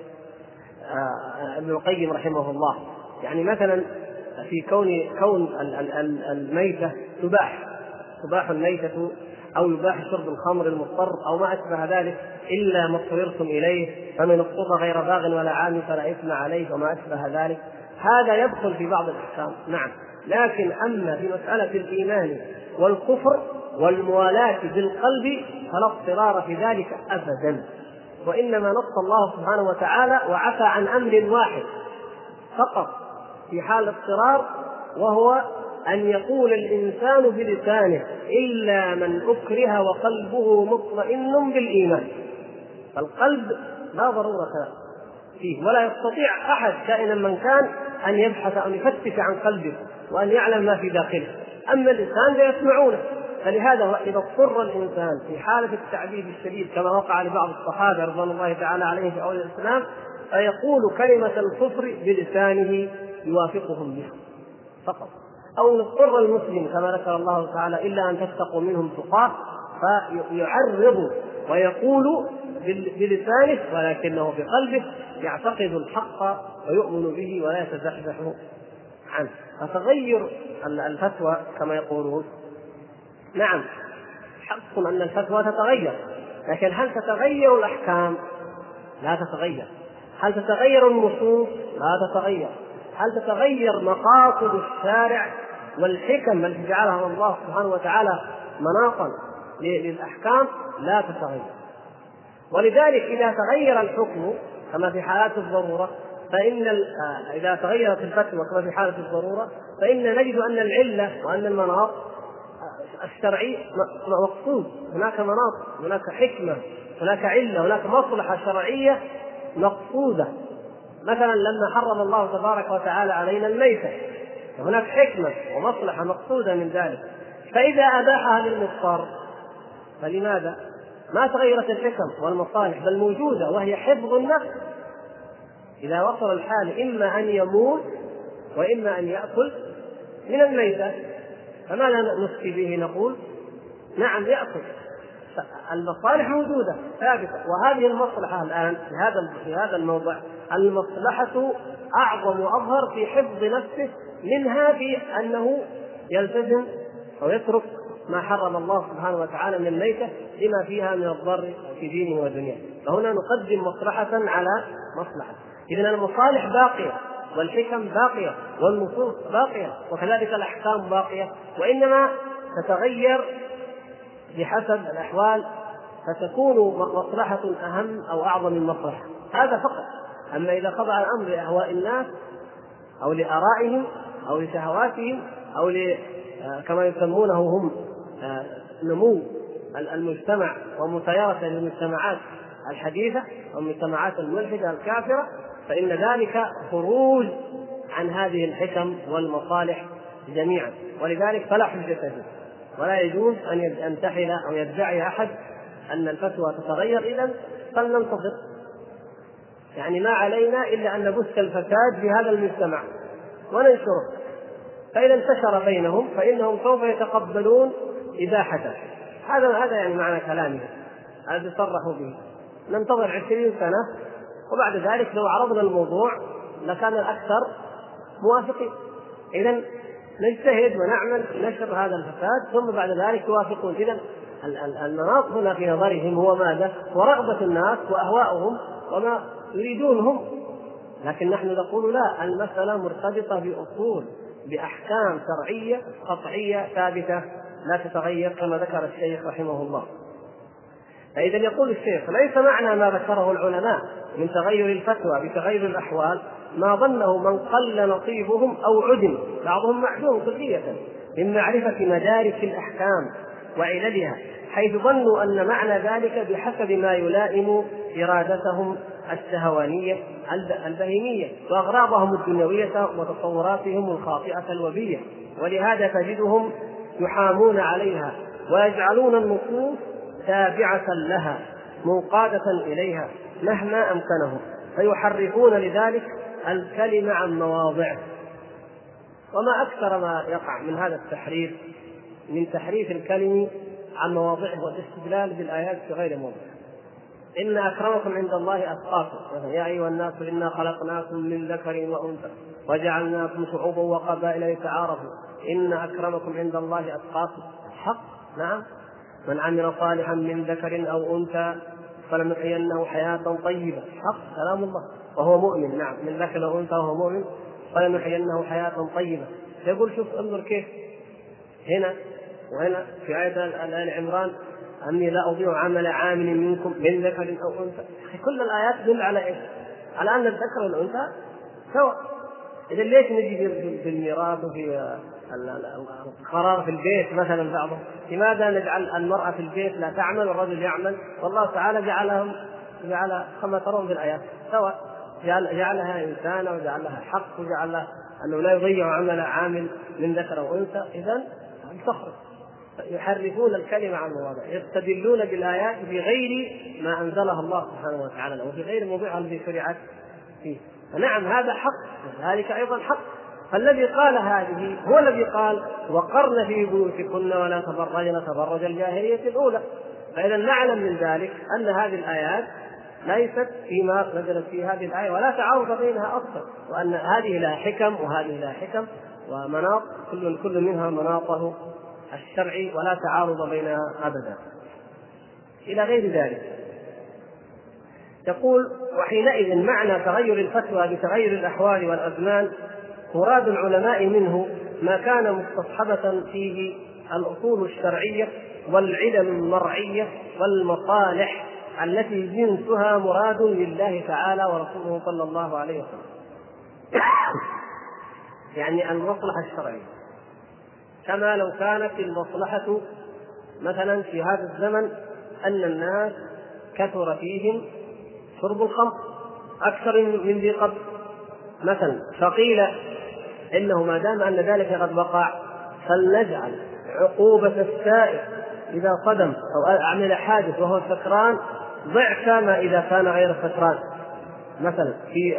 ابن القيم رحمه الله. يعني مثلا في كون كون الميتة تباح تباح الميتة أو يباح شرب الخمر المضطر أو ما أشبه ذلك إلا ما اضطررتم إليه فمن اضطر غير باغ ولا عاد فلا إثم عليه وما أشبه ذلك، هذا يدخل في بعض الأحكام نعم. لكن أما في مسألة الإيمان والكفر والموالاة بالقلب فلا اضطرار في ذلك أبدا، وإنما نص الله سبحانه وتعالى وعفى عن أمر واحد فقط في حال اضطرار، وهو أن يقول الإنسان بلسانه إلا من أكره وقلبه مطمئن بالإيمان. القلب لا ضرورة فيه ولا يستطيع أحد كائنا من كان أن يبحث أو يفتش عن قلبه وأن يعلم ما في داخله، أما اللسان فيسمعونه. فلهذا إذا اضطر الإنسان في حالة التعذيب الشديد كما وقع لبعض الصحابة رضوان الله تعالى عليهم في أول الإسلام فيقول كلمة الكفر بلسانه يوافقهم بها فقط، أو اضطر المسلم كما ذكر الله تعالى إلا أن تتقوا منهم تقاه فيعرض ويقول بلسانه ولكنه بقلبه يعتقد الحق ويؤمن به ولا يتزحزح عنه. فتغير الفتوى كما يقولون نعم حق أن الفتوى تتغير، لكن هل تتغير الأحكام؟ لا تتغير. هل تتغير النصوص؟ لا تتغير. هل تتغير مقاصد الشارع والحكم التي جعلها الله سبحانه وتعالى مناطا للأحكام؟ لا تتغير. ولذلك إذا تغير الحكم كما في حالات الضرورة فإن إذا تغيرت الفتوى كما في حالة الضرورة فإن نجد أن العلة وأن المناط الشرعي مقصود، هناك مناط، هناك حكمة، هناك علة، هناك مصلحة شرعية مقصودة. مثلا لما حرم الله تبارك وتعالى علينا الميتة هناك حكمة ومصلحة مقصودة من ذلك، فإذا أباحها للمضطر فلماذا؟ ما تغيرت الحكم والمصالح بل موجودة، وهي حفظ النفس. إذا وصل الحال إما أن يموت وإما أن يأكل من الميتة فماذا نفتي به؟ نقول نعم يأكل. المصالح موجودة ثابتة، وهذه المصلحة الآن في هذا في هذا الموضع المصلحة أعظم وأظهر في حفظ نفسه منها في أنه يلتزم أو يترك ما حرم الله سبحانه وتعالى من الميتة لما فيها من الضر في دينه ودنياه. فهنا نقدم مصلحة على مصلحة. إذن المصالح باقية والحكم باقية والنصوص باقية وكذلك الأحكام باقية، وإنما تتغير بحسب الأحوال فتكون مصلحة أهم أو أعظم من مصلحة، هذا فقط. أما إذا خضع الأمر لأهواء الناس أو لآرائهم أو لشهواتهم أو ل كما يسمونه هم نمو المجتمع ومسيرة المجتمعات الحديثة والمجتمعات الملحدة الكافرة، فإن ذلك خروج عن هذه الحكم والمصالح جميعا. ولذلك فلا حجة فيه، ولا يجوز أن ينتحل أو يدعي أحد أن الفتوى تتغير. إذن فلننتظر، يعني ما علينا إلا أن نبث الفساد في هذا المجتمع وننشره، فإذا انتشر بينهم فإنهم سوف يتقبلون إباحته. هذا هذا يعني معنى كلامه الذي صرحوا به. ننتظر عشرين سنة وبعد ذلك لو عرضنا الموضوع لكان الأكثر موافقين. إذن نجتهد ونعمل نشر هذا الفساد ثم بعد ذلك يوافقون. إذن المناط هنا في نظرهم هو ماذا؟ ورغبة الناس وأهواؤهم وما يريدونهم. لكن نحن نقول لا، المسألة مرتبطة بأصول بأحكام شرعية قطعية ثابتة لا تتغير كما ذكر الشيخ رحمه الله. فإذا يقول الشيخ ليس معنى ما ذكره العلماء من تغير الفتوى بتغير الأحوال ما ظنه من قل نصيبهم أو عدم، بعضهم معدوم كلية، من معرفة مدارك الأحكام وعللها، حيث ظنوا أن معنى ذلك بحسب ما يلائم إرادتهم الشهوانية البهيمية وأغراضهم الدنيوية وتصوراتهم الخاطئة الوبية. ولهذا تجدهم يحامون عليها ويجعلون النصوص تابعة لها منقادة إليها مهما أمكنهم، فيحرفون لذلك الكلمة عن مواضعه. وما أكثر ما يقع من هذا التحريف، من تحريف الكلم عن مواضعه والاستدلال بالآيات في غير موضع. إن أكرمكم عند الله أتقاكم، يا أيها الناس إنا خلقناكم من ذكر وأنثى وجعلناكم شعوبا وقبائل لتعارفوا إن أكرمكم عند الله أتقاكم. حق، نعم. من عمل صالحا من ذكر أو أنثى فلنحيينه حياة طيبة، حق، كلام الله، وهو مؤمن، نعم، من ذكر أو أنثى وهو مؤمن فلنحيينه حياة طيبة. يقول شوف انظر كيف هنا وهنا في آية آل عمران أني لا أضيع عمل عامل منكم من ذكر أو أنثى. كل الآيات تدل على إيش؟ على أن الذكر والأنثى سواء. إذا ليش نجي في الميراث وفي القرار في البيت مثلا بعضهم؟ لماذا نجعل المرأة في البيت لا تعمل والرجل يعمل؟ والله تعالى جعلهم جعل كما ترون في الآيات سواء، جعلها إنسانة وجعل لها حق وجعل لها أنه لا يضيع عمل عامل من ذكر أو أنثى. إذن الفخر يحرفون الكلمة عن مواضعه، يستدلون بالآيات في غير ما أنزلها الله سبحانه وتعالى وفي غير موضوعها الذي شرعت فيه. فنعم هذا حق، ذلك أيضا حق. فالذي قال هذه هو الذي قال وقرن في بيوتكن ولا تبرجن تبرج الجاهلية الأولى. فإذا نعلم من ذلك أن هذه الآيات ليست فيما نزلت في هذه الآية ولا تعارض بينها أصلا، وأن هذه لها حكم وهذه لها حكم ومناط، كل كل منها مناطه الشرعي ولا تعارض بينها أبدا إلى غير ذلك. يقول وحينئذ معنى تغير الفتوى بتغير الأحوال والأزمان مراد العلماء منه ما كان مستصحبة فيه الأصول الشرعية والعلل المرعية والمصالح التي جنسها مراد لله تعالى ورسوله صلى الله عليه وسلم. يعني المصلحة الشرعية، كما لو كانت المصلحة مثلا في هذا الزمن أن الناس كثر فيهم شرب الخمر أكثر من ذي قبل مثلا، فقيل إنه ما دام أن ذلك قد وقع فلنجعل عقوبة السائر إذا صدم أو عمل حادث وهو سكران ضعف ما إذا كان غير سكران مثلا، في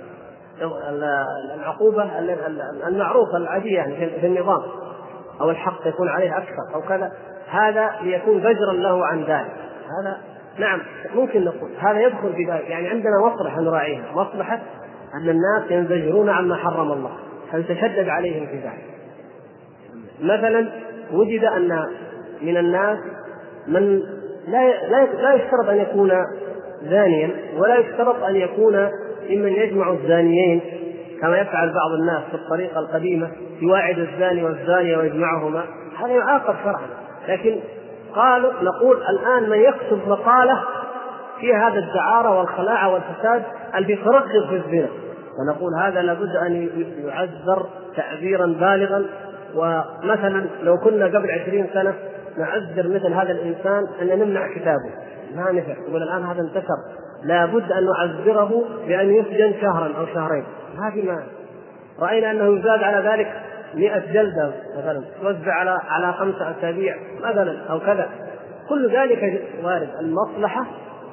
العقوبة المعروفة العادية يعني في النظام أو الحق يكون عليه أكثر أو كذا، هذا ليكون زجرا له عن ذلك. هذا نعم ممكن نقول هذا يدخل في ذلك، يعني عندنا مصلحة نراعيها، مصلحة أن الناس ينزجرون عما حرم الله فيتشدد عليهم في ذلك. مثلا وجد أن من الناس من لا لا يشترط أن يكون زانيا ولا يشترط أن يكون ممن يجمع الزانيين كما يفعل بعض الناس في الطريقة القديمة، يواعد الزاني والزانية ويجمعهما، هذا يعاقب شرعا. لكن قالوا نقول الآن من يكتب مقالة في هذا الدعارة والخلاعة والفساد الذي ترغب في الزنا، ونقول هذا لابد أن يعذر تعذيرا بالغا. ومثلا لو كنا قبل عشرين سنة نعذر مثل هذا الإنسان أن نمنع كتابه ما نفع، يقول الآن هذا انتشر لابد أن نعذره بأن يسجن شهرا أو شهرين. هذه ما رأينا أنه يزاد على ذلك مئة جلدة مثلا توزع على على خمسة أسابيع مثلا أو كذا. كل ذلك وارد. المصلحة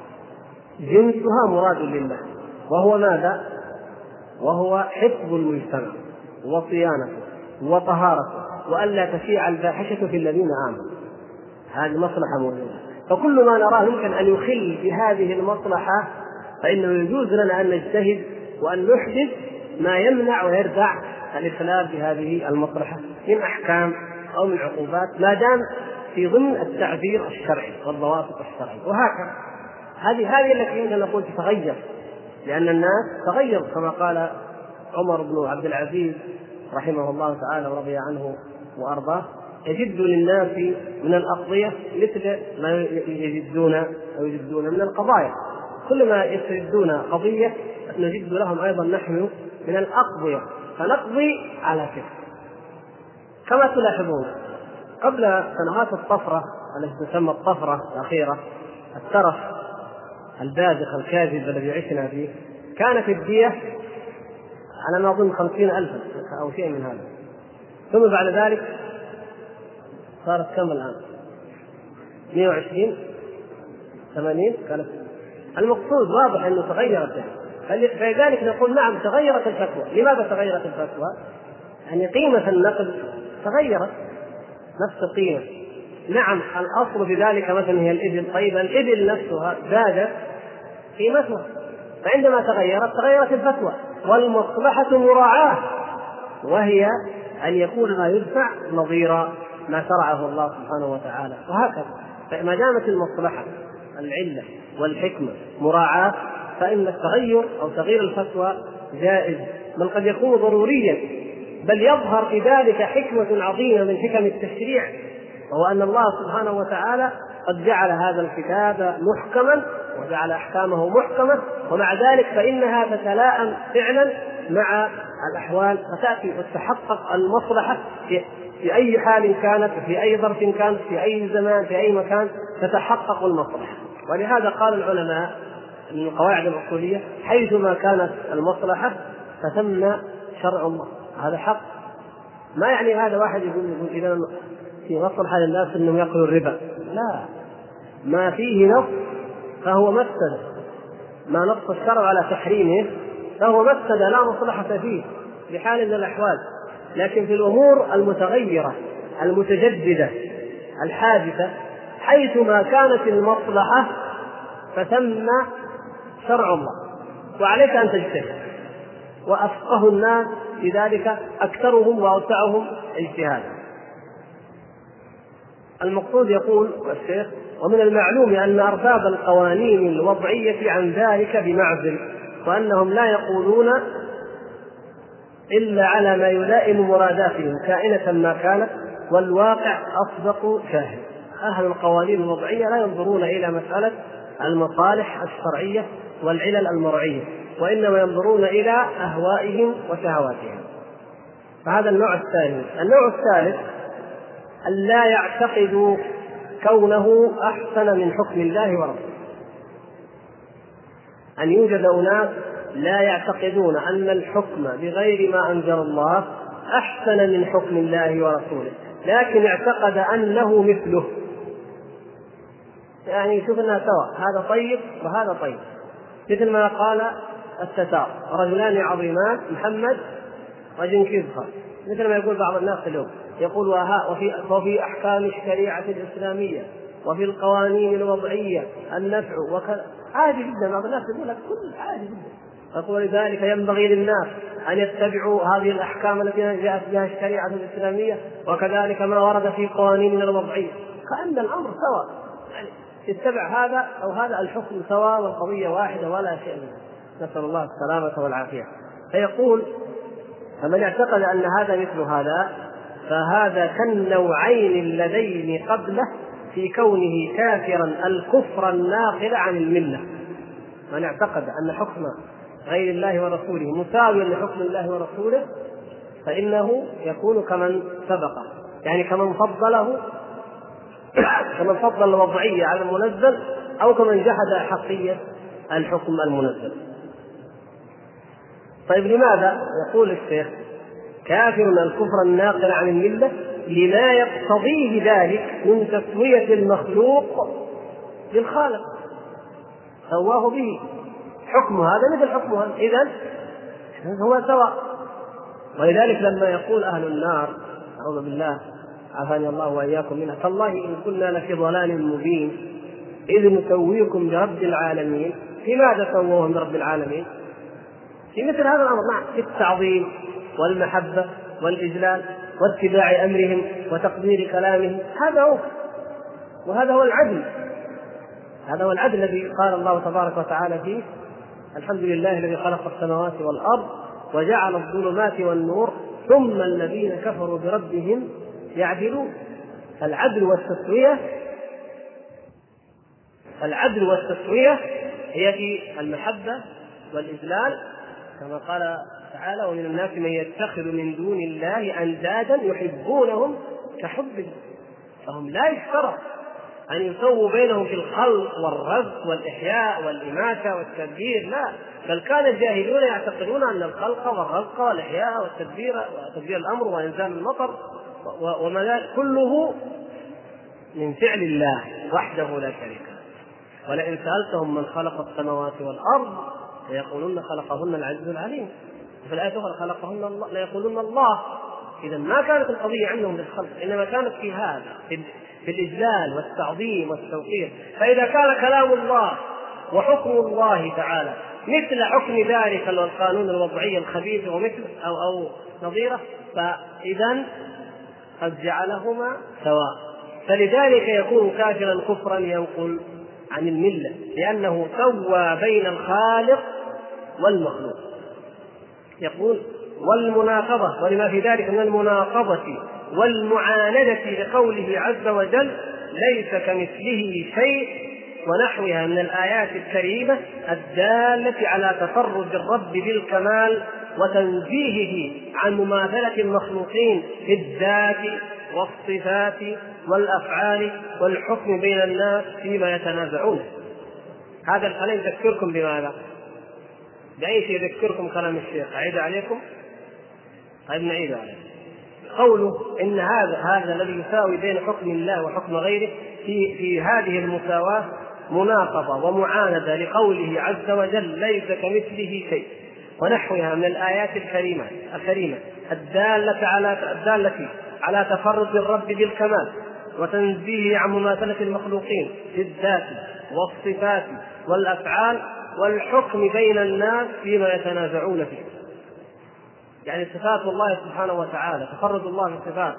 جنسها مراد لله، وهو ماذا؟ وهو حفظ المجتمع وصيانته وطهارته وألا تشيع الفاحشة في الذين آمنوا. هذه مصلحة موجودة. فكل ما نراه يمكن أن يخل بهذه المصلحة فإنه يجوز لنا أن نجتهد وأن نحدث ما يمنع ويردع الإخلال بهذه المصلحة من أحكام أو من عقوبات، ما دام في ضمن التعبير الشرعي والضوابط الشرعي. وهكذا هذه هذه التي يمكن أن نقول تتغير، لأن الناس تغير كما قال عمر بن عبد العزيز رحمه الله تعالى ورضي عنه وأرضاه: يجد للناس من الأقضية مثل ما يجدون أو يجدون من القضايا. كل ما يستجدون قضية نجد لهم أيضا نحن من الأقضية، فنقضي على كده. كما تلاحظون قبل سنوات الطفرة التي تسمى الطفرة الأخيرة، الترف البازخ الكاذب الذي عشنا فيه، كانت الدية على ما أظن خمسين ألفا أو شيء من هذا، ثم بعد ذلك صارت كم الآن؟ مئة وعشرين ثمانين كانت. المقصود واضح أنه تغيرت، فلذلك نقول نعم تغيرت الفتوى. لماذا تغيرت الفتوى؟ يعني قيمة النقد تغيرت نفس القيمة. نعم الأصل في ذلك مثلا هي الإبل، طيب الإبل نفسها زادت قيمتها، فعندما تغيرت تغيرت الفتوى. والمصلحة مراعاة، وهي أن يكون ما يدفع نظير ما شرعه الله سبحانه وتعالى. وهكذا فما دامت المصلحة العلة والحكمة مراعاة فإن التغير أو تغيير الفتوى جائز، بل قد يكون ضروريا، بل يظهر في ذلك حكمة عظيمة من حكم التشريع، وهو أن الله سبحانه وتعالى قد جعل هذا الكتاب محكما وجعل أحكامه محكمة، ومع ذلك فإنها تتلائم فعلا مع الأحوال، فتأتي وتتحقق المصلحة في أي حال كانت، في أي ظرف كانت، في أي زمان، في أي مكان تتحقق المصلحة. ولهذا قال العلماء من القواعد الأصولية: حيثما كانت المصلحة فثم شرع الله. هذا حق. ما يعني هذا واحد يقول يقول إذا في مصلحة للناس أنهم يأكلوا الربا، لا، ما فيه نص فهو مفسدة، ما نص الشرع على تحريمه فهو مفسدة لا مصلحة فيه بحال من الأحوال. لكن في الأمور المتغيرة المتجددة الحادثة حيثما كانت المصلحة فثم شرع الله، وعليك أن تجتهد. وأفقه الناس لذلك أكثرهم وأوسعهم اجتهادا. المقصود يقول الشيخ: ومن المعلوم أن أرباب القوانين الوضعية عن ذلك بمعزل، وأنهم لا يقولون إلا على ما يلائم مراداتهم كائنة ما كانت، والواقع أصدق شاهد. أهل القوانين الوضعية لا ينظرون إلى مسألة المصالح الشرعية والعلل المرعية، وإنما ينظرون إلى أهوائهم وشهواتهم. فهذا النوع الثاني. النوع الثالث أن لا يعتقدوا كونه أحسن من حكم الله ورسوله. أن يوجد أناس لا يعتقدون أن الحكم بغير ما أنزل الله أحسن من حكم الله ورسوله، لكن اعتقد أنه مثله. يعني يشوف أنها سواء، هذا طيب وهذا طيب، مثل ما قال التتار: رجلان عظيمان محمد وجنكيز خان، مثل ما يقول بعض الناس اليوم، يقول وفي, وفي أحكام الشريعة الإسلامية وفي القوانين الوضعية النفع وكذا. عادي جدا، بعض الناس يقول لك كل عادي جدا. يقول لذلك ينبغي للناس أن يتبعوا هذه الأحكام التي جاءت بها الشريعة الإسلامية وكذلك ما ورد في قوانين الوضعية، كأن الأمر سواء، يعني يتبع هذا أو هذا، الحكم سواء والقضية واحدة ولا شيء منه. نسأل الله السلامة والعافية. فيقول: فمن اعتقد أن هذا مثل هذا فهذا كالنوعين اللذين قبله في كونه كافرا الكفر الناقل عن الملة. من اعتقد أن حكم غير الله ورسوله مساويا لحكم الله ورسوله فإنه يكون كمن سبقه، يعني كمن فضله كمن فضل الوضعية على المنزل، أو كمن جحد أحقية الحكم المنزل. طيب لماذا يقول الشيخ كافر الكفر الناقل عن الملة؟ لما يقتضيه ذلك من تسوية المخلوق بالخالق، سواه به، حكم هذا مثل حكم هذا، إذن هو سواء. ولذلك لما يقول أهل النار أعوذ بالله عافاني الله وإياكم منها تالله إن كنا لفي ضلال مبين إذ نسويكم برب العالمين، لماذا سووهم برب العالمين؟ في مثل هذا الأمر، مع التعظيم والمحبة والإجلال واتباع أمرهم وتقدير كلامهم، هذا هو، وهذا هو العدل. هذا هو العدل الذي قال الله تبارك وتعالى فيه الحمد لله الذي خلق السماوات والأرض وجعل الظلمات والنور ثم الذين كفروا بربهم يعدلون. العدل والتسوية العدل والتسوية هي في المحبة والإجلال، كما قال تعالى ومن الناس من يتخذ من دون الله أندادا يحبونهم كحب الله. فهم لا يشترط أن يسووا بينهم في الخلق والرزق والإحياء والإماتة والتدبير، لا، بل كان الجاهلون يعتقدون أن الخلق والرزق والإحياء والتدبير وتدبير الأمر وإنزال المطر وما ذلك كله من فعل الله وحده لا شريك له. ولئن سألتهم من خلق السماوات والأرض ليقولون خلقهن العزيز العليم، وفي الآية الأخرى خلقهن الله ليقولون الله. إذا ما كانت القضية عندهم بالخلق، إنما كانت في هذا في الإجلال والتعظيم والتوقير. فإذا كان كلام الله وحكم الله تعالى مثل حكم ذلك القانون الوضعي الخبيث ومثل أو أو نظيره، فإذا قد جعلهما سواء. فلذلك يكون كافرا كفرا ينقل عن الملة، لأنه سوى بين الخالق والمخلوق. يقول والمناقضة، ولما في ذلك من المناقضة والمعاندة لقوله عز وجل ليس كمثله شيء ونحوها من الآيات الكريمة الدالة على تفرد الرب بالكمال وتنزيهه عن مماثلة المخلوقين في الذات والصفات والأفعال والحكم بين الناس فيما يتنازعون. هذا الكلام يذكركم بماذا؟ بأي شيء يذكركم كلام الشيخ؟ أعيد عليكم؟ طيب نعيد عليكم. قوله إن هذا هذا الذي يساوي بين حكم الله وحكم غيره في في هذه المساواة مناقضة ومعاندة لقوله عز وجل ليس كمثله شيء ونحوها من الآيات الكريمة الكريمة الدالة على الدالة على تفرد الرب بالكمال وتنزيه عن مماثلة المخلوقين في الذات والصفات والأفعال والحكم بين الناس فيما يتنازعون فيه. يعني صفات الله سبحانه وتعالى، تفرد الله في صفاته.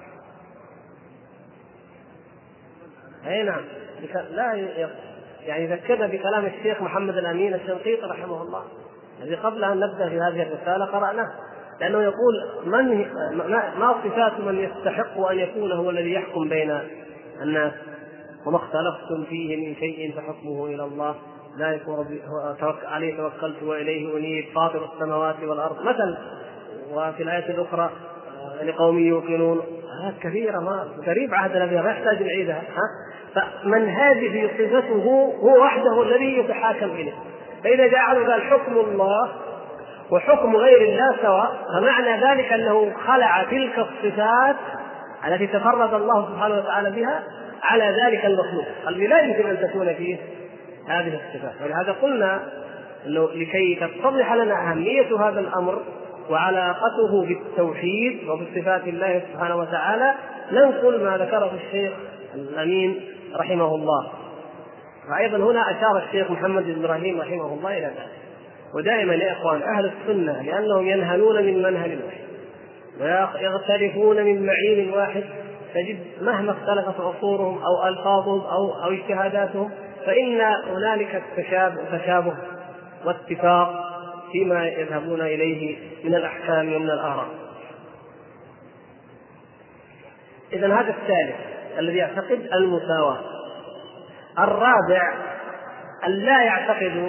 أي نعم، لا يعني ذكرنا بكلام الشيخ محمد الأمين الشنقيطي رحمه الله الذي قبل أن نبدأ في هذه الرسالة قرأناه، لأنه يقول من ما صفات من يستحق أن يكون هو الذي يحكم بين الناس، وما اختلفتم فيه من شيء فحكمه إلى الله لا يكون عليه توكلت وإليه أنيب فاطر السماوات والأرض مثلا. وفي الآية الأخرى لقوم يوقنون، آيات كثيرة ما قريب عهدنا بها ما يحتاج نعيدها. فمن هذه صفته هو وحده الذي يتحاكم إليه. فإذا جعلوا قال حكم الله وحكم غير الله سواء، فمعنى ذلك أنه خلع تلك الصفات التي تفرد الله سبحانه وتعالى بها على ذلك المخلوق الذي لا يمكن أن تكون فيه هذه الصفات. ولهذا قلنا أنه لكي تتضح لنا أهمية هذا الأمر وعلاقته بالتوحيد وبصفات الله سبحانه وتعالى ننقل ما ذكره الشيخ الأمين رحمه الله. وأيضا هنا أشار الشيخ محمد بن إبراهيم رحمه الله إلى ذلك. ودائما يا إخوان أهل السنة لأنهم ينهلون من منهل واحد ويغترفون من معين واحد، تجد مهما اختلفت عصورهم أو ألفاظهم أو أو اجتهاداتهم فإن هنالك تشابه واتفاق فيما يذهبون إليه من الأحكام ومن الآراء. إذن هذا الثالث الذي يعتقد المساواة. الرابع أن لا يعتقد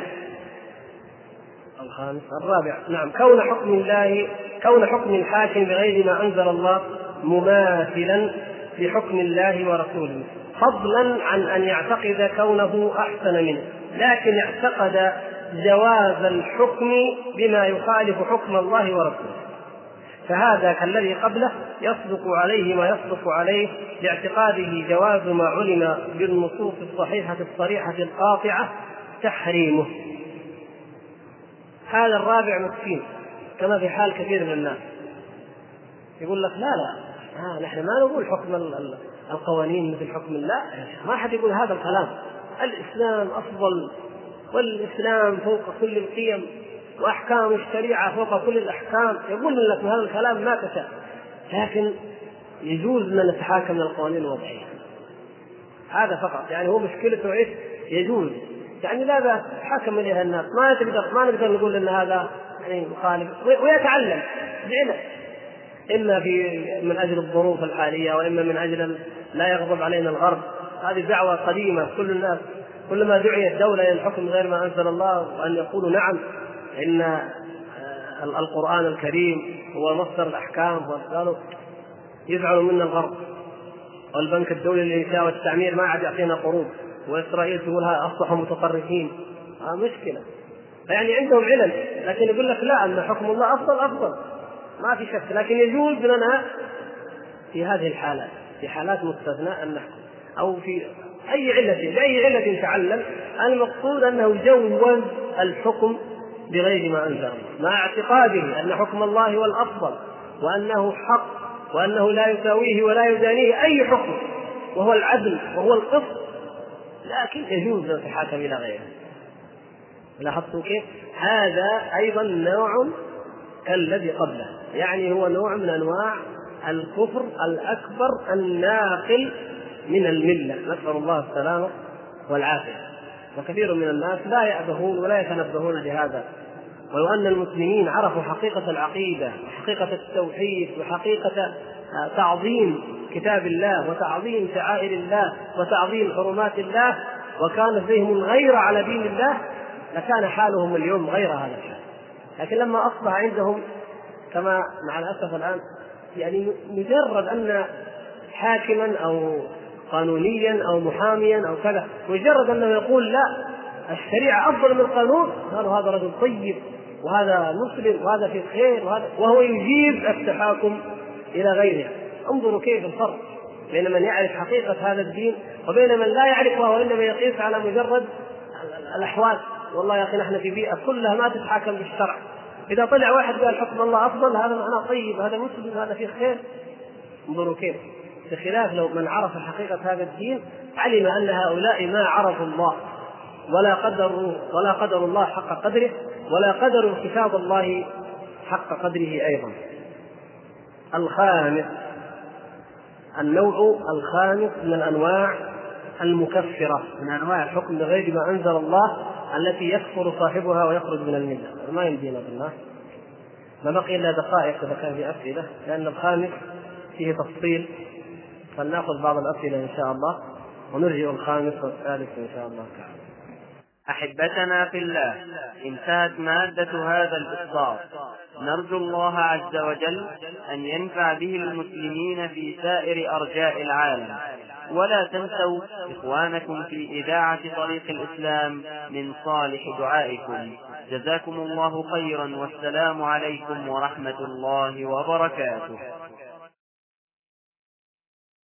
الخامس الرابع نعم كون حكم الله كون حكم الحاكم بغير ما أنزل الله مماثلا لحكم الله ورسوله، فضلا عن أن يعتقد كونه أحسن منه، لكن اعتقد جواز الحكم بما يخالف حكم الله ورسوله، فهذا كالذي قبله يصدق عليه ما يصدق عليه لاعتقاده جواز ما علم بالنصوص الصحيحة الصريحة القاطعة تحريمه. هذا الرابع مسكين كما في حال كثير من الناس، يقول لك لا لا آه نحن ما نقول حكم القوانين مثل حكم الله، ما حد يقول هذا الكلام، الإسلام أفضل والإسلام فوق كل القيم وأحكام الشريعة فوق كل الأحكام، يقول لك هذا الكلام ما تشاء، لكن يجوز أن نتحاكم للقوانين الوضعية. هذا فقط، يعني هو مشكلته إيش؟ يجوز، يعني لا بأس حاكم إليها الناس، ما نقدر ما نقدر نقول أن هذا يعني مخالف، ويتعلم بعلم، إما في من أجل الظروف الحالية وإما من أجل لا يغضب علينا الغرب. هذه دعوة قديمة، كل الناس كلما دعيت دولة إلى الحكم غير ما أنزل الله وأن يقولوا نعم إن القرآن الكريم هو مصدر الأحكام، وقالوا يزعلوا منا الغرب، والبنك الدولي للإنشاء والتعمير ما عاد يعطينا قروض، وإسرائيل تقولها أصبحوا متطرفين. آه مشكلة، يعني عندهم علم، لكن يقول لك لا أن حكم الله أفضل أفضل ما في شك، لكن يجوز لنا في هذه الحالات، في حالات مستثناء أن نحكم، أو في أي علة بأي علة تعلم، المقصود أنه يجوز الحكم بغير ما أنزل الله مع اعتقاده أن حكم الله هو الأفضل وأنه حق وأنه لا يساويه ولا يدانيه أي حكم، وهو العدل وهو القسط، لكن يجوز أن يتحاكم إلى غيره. لاحظتوا كيف؟ هذا أيضا نوع كالذي قبله، يعني هو نوع من أنواع الكفر الأكبر الناقل من الملة، نسأل الله السلامة والعافية. وكثير من الناس لا يأبهون ولا يتنبهون لهذا، ولو أن المسلمين عرفوا حقيقة العقيدة وحقيقة التوحيد وحقيقة تعظيم كتاب الله وتعظيم شعائر الله وتعظيم حرمات الله، وكان فيهم الغيرة على دين الله، لكان حالهم اليوم غير هذا الحال. لكن لما أصبح عندهم كما مع الأسف الآن يعني مجرد أن حاكما أو قانونيا أو محاميا أو كذا مجرد أنه يقول لا الشريعة أفضل من القانون، قالوا هذا رجل طيب وهذا مسلم وهذا في خير، وهذا وهو يجيب التحاكم إلى غيره. انظروا كيف الفرق بين من يعرف حقيقة هذا الدين وبين من لا يعرفها وإنما يقيس على مجرد الأحوال. والله يا أخي نحن في بيئة كلها ما تتحاكم بالشرع، إذا طلع واحد قال حكم الله أفضل هذا معناه طيب، هذا مسلم، هذا في خير. انظروا كيف، بخلاف لو من عرف حقيقة هذا الدين علم أن هؤلاء ما عرفوا الله ولا قدروا ولا قدر الله حق قدره ولا قدروا كتاب الله حق قدره أيضا. الخامس، النوع الخامس من أنواع المكفرة، من أنواع الحكم بغير ما أنزل الله التي يكفر صاحبها ويخرج من الملة. ما يمدينا بالله، ما بقي إلا دقائق إذا كان في أسئلة، لأن الخامس فيه تفصيل، فلنأخذ بعض الأسئلة إن شاء الله ونرجع الخامس والثالث إن شاء الله تعالى. أحبتنا في الله، انتهت مادة هذا الإصدار، نرجو الله عز وجل أن ينفع به المسلمين في سائر أرجاء العالم، ولا تنسوا إخوانكم في إذاعة طريق الإسلام من صالح دعائكم. جزاكم الله خيرا، والسلام عليكم ورحمة الله وبركاته.